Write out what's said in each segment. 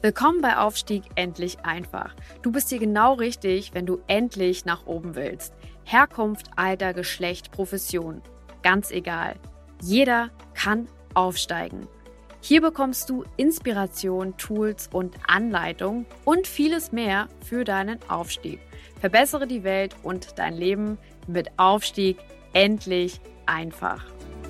Willkommen bei Aufstieg endlich einfach. Du bist hier genau richtig, wenn du endlich nach oben willst. Herkunft, Alter, Geschlecht, Profession. Ganz egal. Jeder kann aufsteigen. Hier bekommst du Inspiration, Tools und Anleitung und vieles mehr für deinen Aufstieg. Verbessere die Welt und dein Leben mit Aufstieg endlich einfach.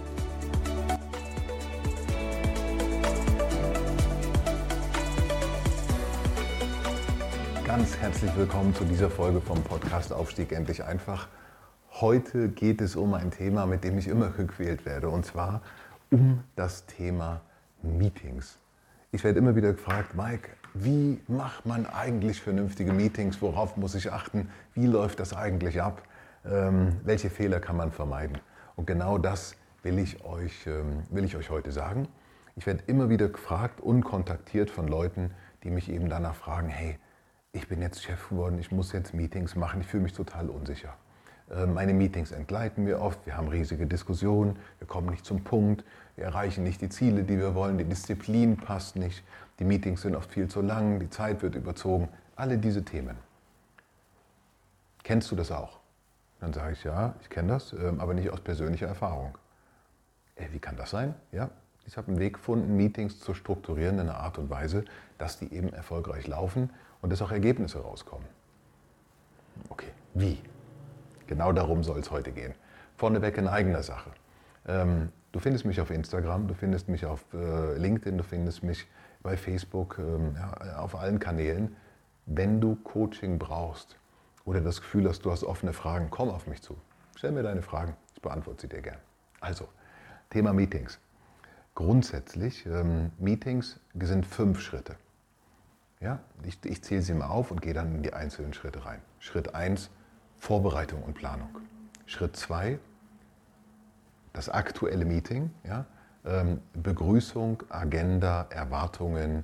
Ganz herzlich willkommen zu dieser Folge vom Podcast Aufstieg endlich einfach. Heute geht es um ein Thema, mit dem ich immer gequält werde, und zwar um das Thema Meetings. Ich werde immer wieder gefragt, Mike, wie macht man eigentlich vernünftige Meetings? Worauf muss ich achten? Wie läuft das eigentlich ab? Welche Fehler kann man vermeiden? Und genau das will ich euch heute sagen. Ich werde immer wieder gefragt und kontaktiert von Leuten, die mich eben danach fragen, hey, ich bin jetzt Chef geworden, ich muss jetzt Meetings machen, ich fühle mich total unsicher. Meine Meetings entgleiten mir oft, wir haben riesige Diskussionen, wir kommen nicht zum Punkt, wir erreichen nicht die Ziele, die wir wollen, die Disziplin passt nicht, die Meetings sind oft viel zu lang, die Zeit wird überzogen, alle diese Themen. Kennst du das auch? Dann sage ich, ja, ich kenne das, aber nicht aus persönlicher Erfahrung. Wie kann das sein? Ja, ich habe einen Weg gefunden, Meetings zu strukturieren in einer Art und Weise, dass die eben erfolgreich laufen und dass auch Ergebnisse rauskommen. Okay, wie? Genau darum soll es heute gehen. Vorneweg in eigener Sache. Du findest mich auf Instagram, du findest mich auf LinkedIn, du findest mich bei Facebook, auf allen Kanälen. Wenn du Coaching brauchst oder das Gefühl hast, du hast offene Fragen, komm auf mich zu. Stell mir deine Fragen, ich beantworte sie dir gern. Also, Thema Meetings. Grundsätzlich, Meetings sind 5 Schritte. Ja, ich zähle sie mal auf und gehe dann in die einzelnen Schritte rein. Schritt 1, Vorbereitung und Planung. Schritt 2, das aktuelle Meeting. Ja, Begrüßung, Agenda, Erwartungen,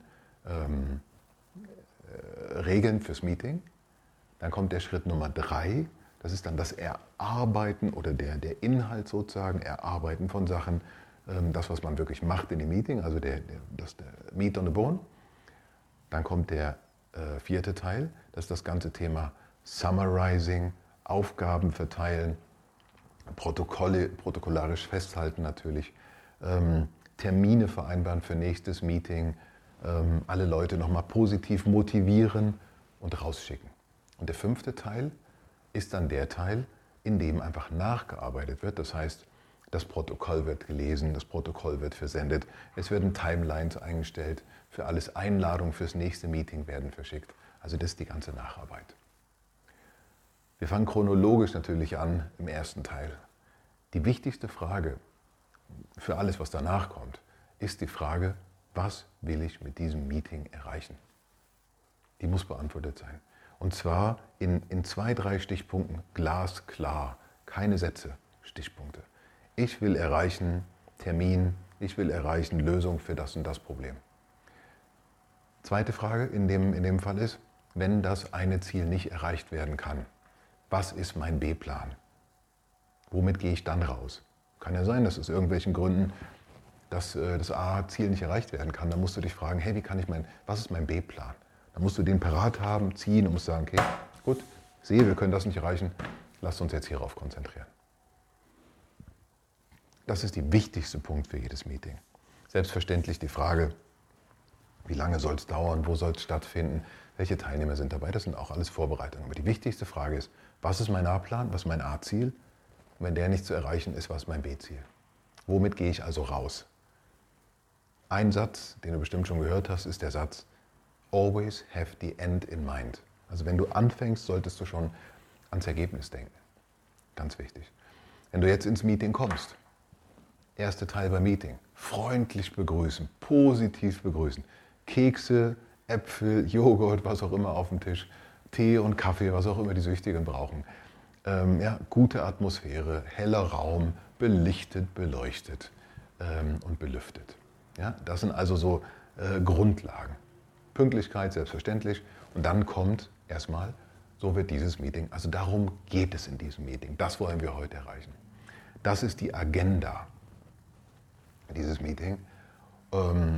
Regeln fürs Meeting. Dann kommt der Schritt Nummer 3, das ist dann das Erarbeiten oder der Inhalt sozusagen, Erarbeiten von Sachen, das, was man wirklich macht in dem Meeting, also der Meat on the Bone. Dann kommt der 4. Teil, das ist das ganze Thema Summarizing, Aufgaben verteilen, protokollarisch festhalten natürlich, Termine vereinbaren für nächstes Meeting, alle Leute nochmal positiv motivieren und rausschicken. Und der 5. Teil ist dann der Teil, in dem einfach nachgearbeitet wird, das heißt, das Protokoll wird gelesen, das Protokoll wird versendet, es werden Timelines eingestellt, für alles Einladungen fürs nächste Meeting werden verschickt. Also das ist die ganze Nacharbeit. Wir fangen chronologisch natürlich an im ersten Teil. Die wichtigste Frage für alles, was danach kommt, ist die Frage, was will ich mit diesem Meeting erreichen? Die muss beantwortet sein. Und zwar in 2, 3 Stichpunkten glasklar, keine Sätze, Stichpunkte. Ich will erreichen Termin, ich will erreichen Lösung für das und das Problem. Zweite Frage in dem Fall ist, wenn das eine Ziel nicht erreicht werden kann, was ist mein B-Plan? Womit gehe ich dann raus? Kann ja sein, dass aus irgendwelchen Gründen das A-Ziel nicht erreicht werden kann. Dann musst du dich fragen, hey, was ist mein B-Plan? Dann musst du den parat haben, ziehen und musst sagen, okay, gut, sehe, wir können das nicht erreichen, lasst uns jetzt hierauf konzentrieren. Das ist der wichtigste Punkt für jedes Meeting. Selbstverständlich die Frage, wie lange soll es dauern, wo soll es stattfinden, welche Teilnehmer sind dabei, das sind auch alles Vorbereitungen. Aber die wichtigste Frage ist, was ist mein A-Plan, was ist mein A-Ziel? Und wenn der nicht zu erreichen ist, was ist mein B-Ziel? Womit gehe ich also raus? Ein Satz, den du bestimmt schon gehört hast, ist der Satz, always have the end in mind. Also wenn du anfängst, solltest du schon ans Ergebnis denken. Ganz wichtig. Wenn du jetzt ins Meeting kommst, erster Teil beim Meeting, freundlich begrüßen, positiv begrüßen. Kekse, Äpfel, Joghurt, was auch immer auf dem Tisch, Tee und Kaffee, was auch immer die Süchtigen brauchen. Gute Atmosphäre, heller Raum, belichtet, beleuchtet und belüftet. Ja, das sind also so Grundlagen. Pünktlichkeit, selbstverständlich. Und dann kommt erstmal, so wird dieses Meeting, also darum geht es in diesem Meeting. Das wollen wir heute erreichen. Das ist die Agenda dieses Meeting.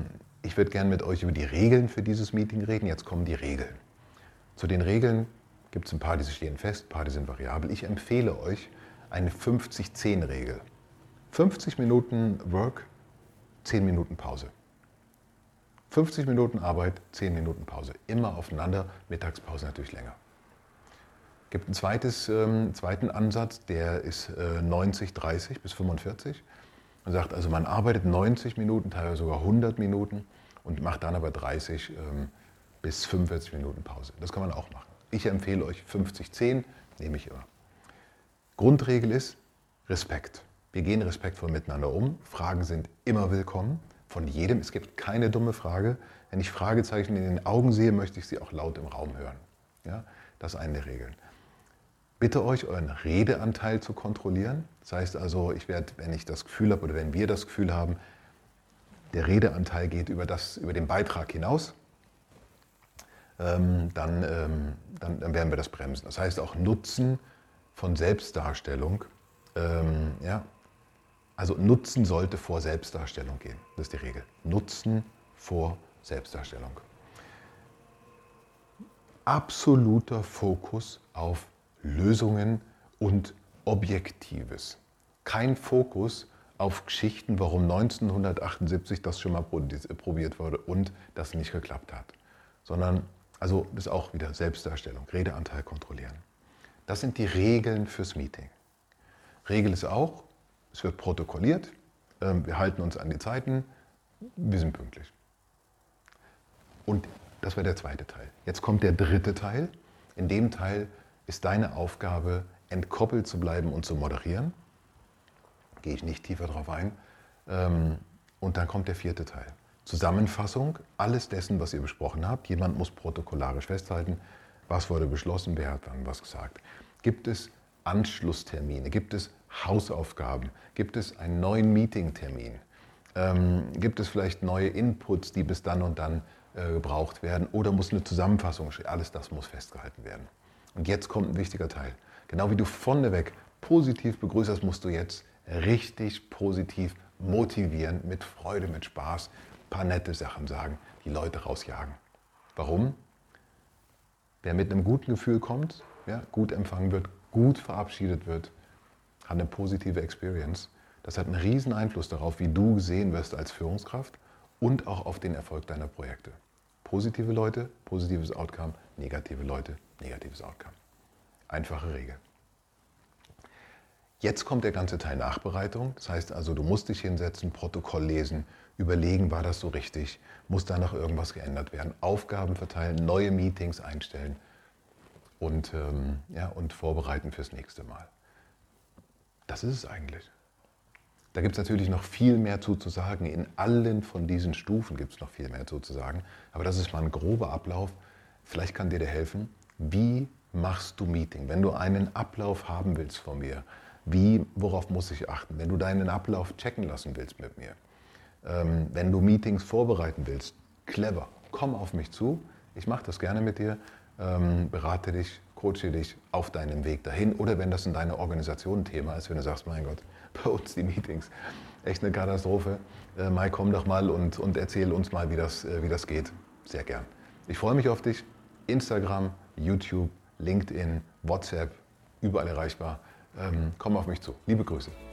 Ich würde gerne mit euch über die Regeln für dieses Meeting reden. Jetzt kommen die Regeln. Zu den Regeln gibt es ein paar, die stehen fest, ein paar, die sind variabel. Ich empfehle euch eine 50-10-Regel. 50 Minuten Work, 10 Minuten Pause. 50 Minuten Arbeit, 10 Minuten Pause. Immer aufeinander, Mittagspause natürlich länger. Es gibt einen zweiten Ansatz, der ist 90, 30 bis 45. Man sagt also, man arbeitet 90 Minuten, teilweise sogar 100 Minuten und macht dann aber 30 bis 45 Minuten Pause. Das kann man auch machen. Ich empfehle euch 50-10, nehme ich immer. Grundregel ist Respekt. Wir gehen respektvoll miteinander um. Fragen sind immer willkommen, von jedem. Es gibt keine dumme Frage. Wenn ich Fragezeichen in den Augen sehe, möchte ich sie auch laut im Raum hören. Ja, das ist eine der Regeln. Bitte euch, euren Redeanteil zu kontrollieren. Das heißt also, ich werde, wenn ich das Gefühl habe oder wenn wir das Gefühl haben, der Redeanteil geht über den Beitrag hinaus, dann werden wir das bremsen. Das heißt auch Nutzen von Selbstdarstellung. Also Nutzen sollte vor Selbstdarstellung gehen. Das ist die Regel. Nutzen vor Selbstdarstellung. Absoluter Fokus auf Lösungen und Objektives. Kein Fokus auf Geschichten, warum 1978 das schon mal probiert wurde und das nicht geklappt hat. Sondern, also das ist auch wieder Selbstdarstellung, Redeanteil kontrollieren. Das sind die Regeln fürs Meeting. Regel ist auch, es wird protokolliert, wir halten uns an die Zeiten, wir sind pünktlich. Und das war der zweite Teil. Jetzt kommt der dritte Teil. In dem Teil ist deine Aufgabe, entkoppelt zu bleiben und zu moderieren. Gehe ich nicht tiefer drauf ein. Und dann kommt der vierte Teil. Zusammenfassung, alles dessen, was ihr besprochen habt. Jemand muss protokollarisch festhalten, was wurde beschlossen, wer hat wann was gesagt. Gibt es Anschlusstermine? Gibt es Hausaufgaben? Gibt es einen neuen Meetingtermin? Gibt es vielleicht neue Inputs, die bis dann und dann gebraucht werden? Oder muss eine Zusammenfassung stehen? Alles das muss festgehalten werden. Und jetzt kommt ein wichtiger Teil. Genau wie du vorneweg positiv begrüßt hast, musst du jetzt richtig positiv motivieren, mit Freude, mit Spaß, ein paar nette Sachen sagen, die Leute rausjagen. Warum? Wer mit einem guten Gefühl kommt, ja, gut empfangen wird, gut verabschiedet wird, hat eine positive Experience. Das hat einen riesen Einfluss darauf, wie du gesehen wirst als Führungskraft und auch auf den Erfolg deiner Projekte. Positive Leute, positives Outcome, negative Leute, negatives Outcome. Einfache Regel. Jetzt kommt der ganze Teil Nachbereitung. Das heißt also, du musst dich hinsetzen, Protokoll lesen, überlegen, war das so richtig, muss da noch irgendwas geändert werden, Aufgaben verteilen, neue Meetings einstellen und vorbereiten fürs nächste Mal. Das ist es eigentlich. Da gibt es natürlich noch viel mehr zu sagen. In allen von diesen Stufen gibt es noch viel mehr zu sagen. Aber das ist mal ein grober Ablauf. Vielleicht kann dir der helfen. Wie machst du Meeting? Wenn du einen Ablauf haben willst von mir, worauf muss ich achten? Wenn du deinen Ablauf checken lassen willst mit mir, wenn du Meetings vorbereiten willst, clever, komm auf mich zu. Ich mache das gerne mit dir, berate dich, coache dich auf deinem Weg dahin. Oder wenn das in deiner Organisation ein Thema ist, wenn du sagst, mein Gott, bei uns die Meetings, echt eine Katastrophe. Mai, komm doch mal und erzähl uns mal, wie das geht. Sehr gern. Ich freue mich auf dich. Instagram, YouTube, LinkedIn, WhatsApp, überall erreichbar. Komm auf mich zu. Liebe Grüße.